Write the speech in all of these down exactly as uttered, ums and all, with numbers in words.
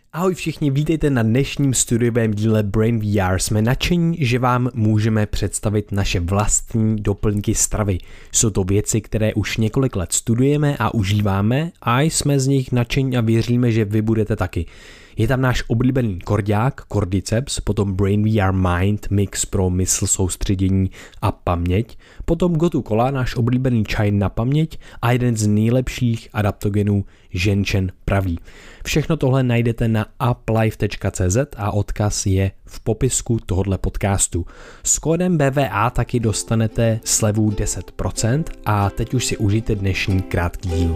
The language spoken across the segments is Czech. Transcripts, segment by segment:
Ahoj všichni, vítejte na dnešním studiovém díle Brain V R. Jsme nadšení, že vám můžeme představit naše vlastní doplňky stravy. Jsou to věci, které už několik let studujeme a užíváme a jsme z nich nadšení a věříme, že vy budete taky. Je tam náš oblíbený korďák, Cordyceps, potom Brain V R Mind, mix pro mysl, soustředění a paměť, potom Gotu Kola, náš oblíbený čaj na paměť a jeden z nejlepších adaptogenů ženčen pravý. Všechno tohle najdete na uplife tečka cé zet a odkaz je v popisku tohoto podcastu. S kódem B V A taky dostanete slevu deset procent a teď už si užijte dnešní krátký díl.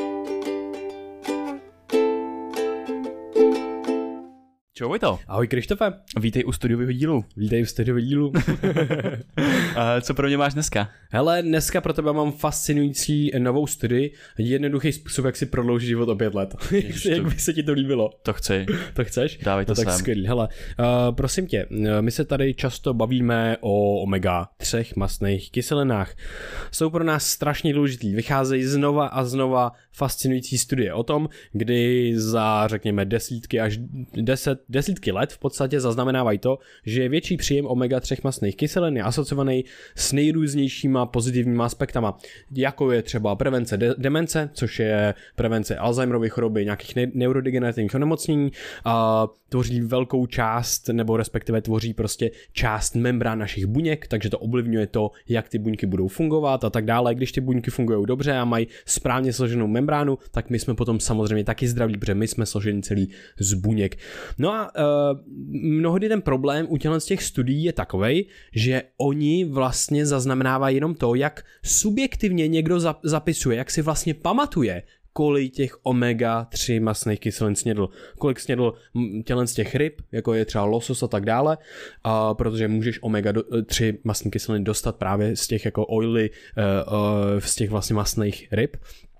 Čau Vojto. Ahoj Krištofe. Vítej u studiového dílu. Vítej u studiového dílu. A co pro mě máš dneska? Hele, dneska pro tebe mám fascinující novou studii, jednoduchý způsob, jak si prodloužit život o pět let. Jak by se ti to líbilo? To chci. To chceš? Dávej to no, tak sem. skvělý. Hele, uh, prosím tě, my se tady často bavíme o omega tři mastných kyselinách. Jsou pro nás strašně důležitý. Vycházejí znova a znova fascinující studie o tom, kdy za, řekněme, desítky až deset, desítky let v podstatě zaznamenávají to, že větší příjem omega tři mastných kyselin je asociovaný s nejrůznějšíma pozitivníma aspektama, jako je třeba prevence de- demence, což je prevence Alzheimerovy choroby, nějakých ne- neurodegenerativních onemocnění, a tvoří velkou část, nebo respektive tvoří prostě část membrán našich buněk, takže to ovlivňuje to, jak ty buňky budou fungovat a tak dále. Když ty buňky fungují dobře a mají správně složenou membránu, tak my jsme potom samozřejmě taky zdraví, protože my jsme složeni celý z buněk. No a uh, mnohdy ten problém u těchto z těch studií je takovej, že oni vlastně zaznamenávají jenom to, jak subjektivně někdo za- zapisuje, jak si vlastně pamatuje, kolik těch omega tři mastných kyselin snědl, kolik snědl tělen z těch ryb, jako je třeba losos a tak dále, a protože můžeš omega tři mastné kyseliny dostat právě z těch jako oily, uh, uh, z těch vlastně mastných ryb,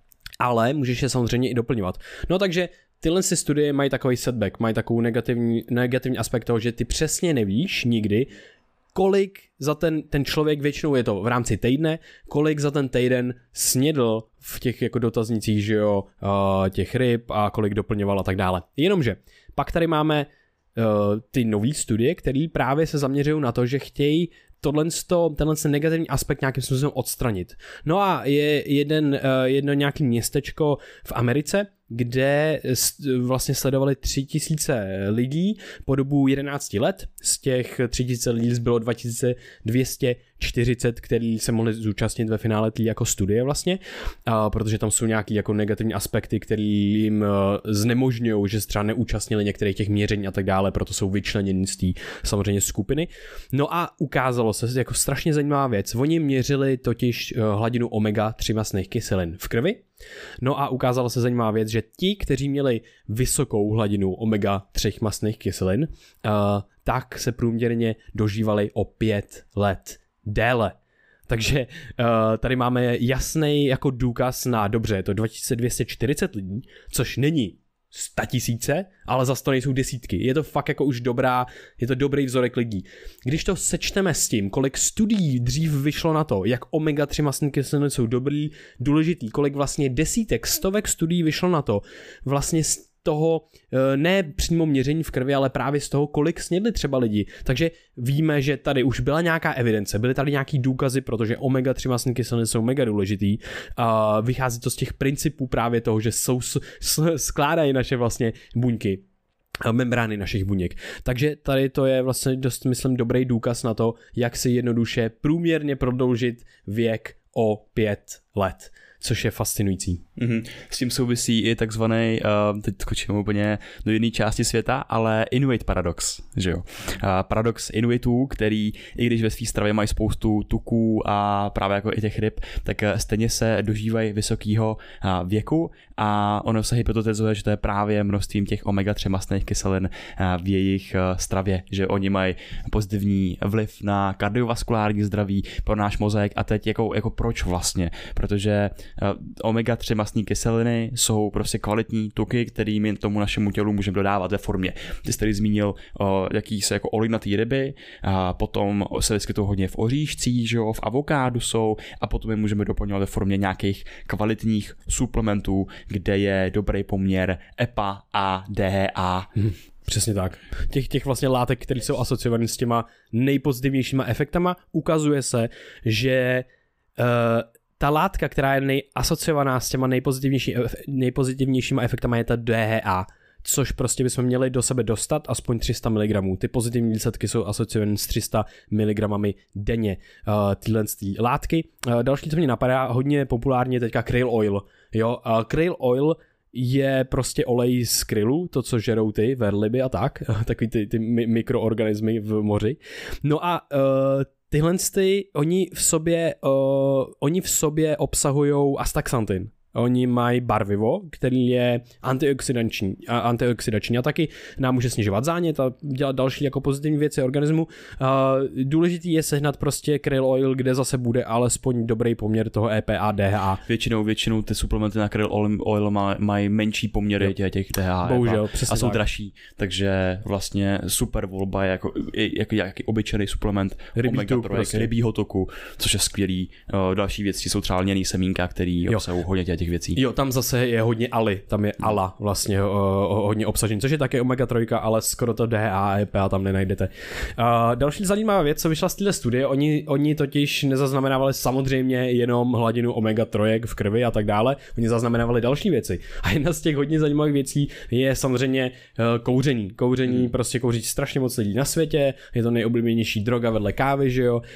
ale můžeš je samozřejmě i doplňovat. No takže tyhle si studie mají takový setback, mají takovou negativní, negativní aspekt toho, že ty přesně nevíš nikdy, kolik za ten, ten člověk, většinou je to v rámci týdne, kolik za ten týden snědl v těch jako dotaznicích, že jo, uh, těch ryb a kolik doplňoval a tak dále. Jenomže pak tady máme uh, ty nové studie, které právě se zaměřují na to, že chtějí tohle, tenhle negativní aspekt nějakým způsobem odstranit. No a je jeden, jedno nějaké městečko v Americe, kde vlastně sledovali tři tisíce lidí po dobu jedenáct let. Z těch tři tisíce lidí bylo dva tisíce dvě stě čtyřicet, který se mohli zúčastnit ve finále tý jako studie vlastně, a protože tam jsou nějaký jako negativní aspekty, které jim znemožňují, že se třeba neúčastnili některých těch měření a tak dále, proto jsou vyčleněni z té samozřejmě skupiny. No a ukázalo se jako strašně zajímavá věc. Oni měřili totiž hladinu omega tři mastných kyselin v krvi. No a ukázalo se zajímavá věc, že ti, kteří měli vysokou hladinu omega tři mastných kyselin, uh, tak se průměrně dožívali o pět let déle. Takže uh, tady máme jasný jako důkaz na, dobře, je to dva tisíce dvě stě čtyřicet lidí, což není statisíce, ale zase to nejsou desítky. Je to fakt jako už dobrá, je to dobrý vzorek lidí. Když to sečteme s tím, kolik studií dřív vyšlo na to, jak omega tři mastné kyseliny jsou dobrý, důležitý, kolik vlastně desítek, stovek studií vyšlo na to, vlastně z toho ne přímo měření v krvi, ale právě z toho, kolik snědli třeba lidi. Takže víme, že tady už byla nějaká evidence, byly tady nějaký důkazy, protože omega tři mastné kyseliny jsou mega důležitý. A vychází to z těch principů právě toho, že jsou, skládají naše vlastně buňky, membrány našich buněk. Takže tady to je vlastně dost, myslím, dobrý důkaz na to, jak si jednoduše průměrně prodloužit věk o pět let. Což je fascinující. Mm-hmm. S tím souvisí i takzvaný, uh, teď skočím úplně do jiné části světa, ale Inuit paradox, že jo. Uh, paradox Inuitů, který, i když ve své stravě mají spoustu tuků a právě jako i těch ryb, tak uh, stejně se dožívají vysokého uh, věku a ono se hypotezuje, že to je právě množstvím těch omega tři mastných kyselin uh, v jejich uh, stravě, že oni mají pozitivní vliv na kardiovaskulární zdraví, pro náš mozek a teď jako, jako proč vlastně? protože omega tři mastné kyseliny jsou prostě kvalitní tuky, kterými tomu našemu tělu můžeme dodávat ve formě. Ty jsi tady zmínil, jaký se jako olejnatý ryby, a potom se vyskytují hodně v oříšcích, že jo, v avokádu jsou a potom je můžeme doplňovat ve formě nějakých kvalitních suplementů, kde je dobrý poměr E P A a D H A. Hmm. Přesně tak. Těch, těch vlastně látek, které jsou asociované s těma nejpozitivnějšíma efektama, ukazuje se, že uh, ta látka, která je nejasociovaná s těma nejpozitivnější, nejpozitivnějšíma efektama, je ta D H A, což prostě bychom měli do sebe dostat aspoň tři sta miligramů. Ty pozitivní výsledky jsou asociované s tři sta miligramami denně. Uh, tyhle ty látky. Uh, další, co mě napadá, hodně populárně teďka krill oil. Jo, uh, krill oil je prostě olej z krylu, to, co žerou ty velryby a tak, takový ty, ty mikroorganismy v moři. No a uh, tyhle ty, oni v sobě, uh, oni v sobě obsahujou astaxantin. Oni mají barvivo, který je antioxidační a, antioxidační a taky nám může snižovat zánět a dělat další jako pozitivní věci organismu. Uh, důležitý je sehnat prostě krill oil, kde zase bude alespoň dobrý poměr toho E P A, D H A. Většinou, většinou ty suplementy na krill oil, oil mají maj menší poměry těch, těch D H A. Bohužel, a jsou tak dražší, takže vlastně super volba je jako, jako jaký obyčejný suplement omega tři, prostě. Rybího toku, což je skvělý. Uh, další věci jsou třeba lněný semínka, který obsahují hodně těch věcí. Jo, tam zase je hodně ali, tam je ala vlastně uh, hodně obsažen, což je také omega tři, ale skoro to D H A a E P A tam nenajdete. Uh, další zajímavá věc, co vyšla z téhle studie, oni, oni totiž nezaznamenávali samozřejmě jenom hladinu omega tři v krvi a tak dále, oni zaznamenávali další věci. A jedna z těch hodně zajímavých věcí je samozřejmě uh, kouření. Kouření, hmm. prostě kouří strašně moc lidí na světě, je to nejoblíbenější droga vedle kávy, že jo,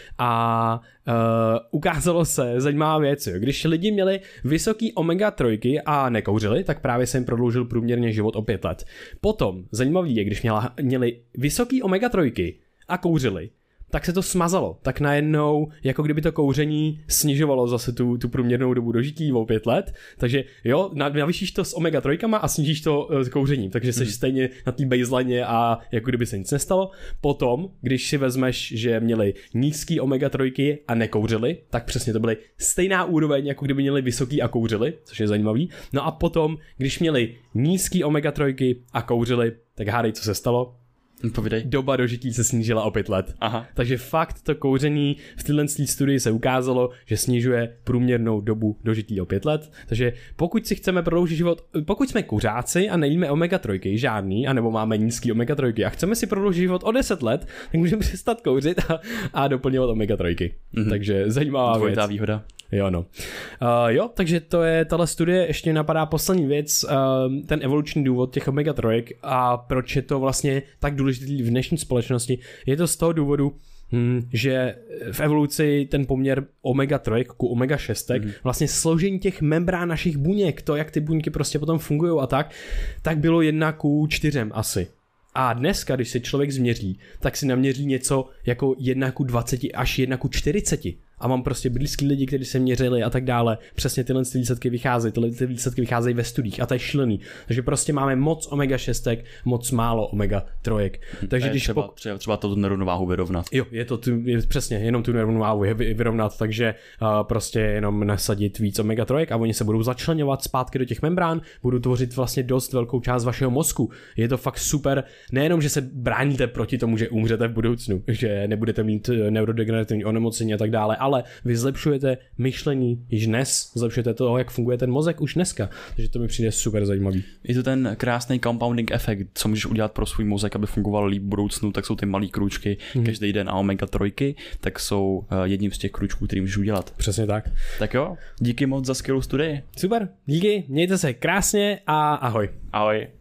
a Uh, ukázalo se zajímavá věc, jo. Když lidi měli vysoký omega tři a nekouřili, tak právě se jim prodloužil průměrně život o pět let. Potom zajímavý je, když měla, měli vysoký omega tři a kouřili, tak se to smazalo. Tak najednou, jako kdyby to kouření snižovalo zase tu, tu průměrnou dobu dožití o pět let. Takže jo, navýšíš to s omega tři a snížíš to uh, kouřením. Takže jsi hmm. stejně na té baseline a jako kdyby se nic nestalo. Potom, když si vezmeš, že měli nízký omega tři a nekouřili, tak přesně to byly stejná úroveň, jako kdyby měli vysoký a kouřili, což je zajímavý. No a potom, když měli nízký omega tři a kouřili, tak hádej, co se stalo. Povídej. Doba dožití se snížila o pět let. Aha. Takže fakt to kouření v téhle studii se ukázalo, že snižuje průměrnou dobu dožití o pět let. Takže pokud si chceme prodloužit život, pokud jsme kuřáci a nejíme omega tři žádný, anebo máme nízký omega tři a chceme si prodloužit život o deset let, tak můžeme přestat kouřit a, a doplňovat omega tři. Mm-hmm. Takže zajímavá Dvojitá věc. výhoda. Jo, no. Uh, jo, takže to je tahle studie, ještě napadá poslední věc, uh, ten evoluční důvod těch omega tři a proč je to vlastně tak důležitý v dnešní společnosti. Je to z toho důvodu, Hmm, že v evoluci ten poměr omega tři ku omega šest, mm. vlastně složení těch membrán našich buněk, to jak ty buňky prostě potom fungují a tak, tak bylo jedna ku čtyřem asi. A dneska, když se člověk změří, tak si naměří něco jako jedna ku dvaceti až jedna ku čtyřiceti. A mám prostě blízký lidi, kteří se měřili a tak dále. Přesně tyhle výsledky vycházejí, tyhle ty výsledky vycházejí ve studiích a to je šílený. Takže prostě máme moc omega šest, moc málo omega tři. Takže když třeba, pok... třeba, třeba to tu nerovnováhu vyrovnat. Jo, je to tu, je přesně, jenom tu nerovnováhu je vyrovnat, takže uh, prostě jenom nasadit víc omega tři a oni se budou začleňovat zpátky do těch membrán, budou tvořit vlastně dost velkou část vašeho mozku. Je to fakt super, nejenom, že se bráníte proti tomu, že umřete v budoucnu, že nebudete mít neurodegenerativní onemocnění a tak dále, ale vy zlepšujete myšlení již dnes, zlepšujete to, jak funguje ten mozek už dneska, takže to mi přijde super zajímavý. Je to ten krásný compounding efekt, co můžeš udělat pro svůj mozek, aby fungoval líp v budoucnu, tak jsou ty malý krůčky hmm. každý den a omega tři, tak jsou jedním z těch krůčků, který můžeš udělat. Přesně tak. Tak jo, díky moc za skvělou studii. Super, díky, mějte se krásně a ahoj. Ahoj.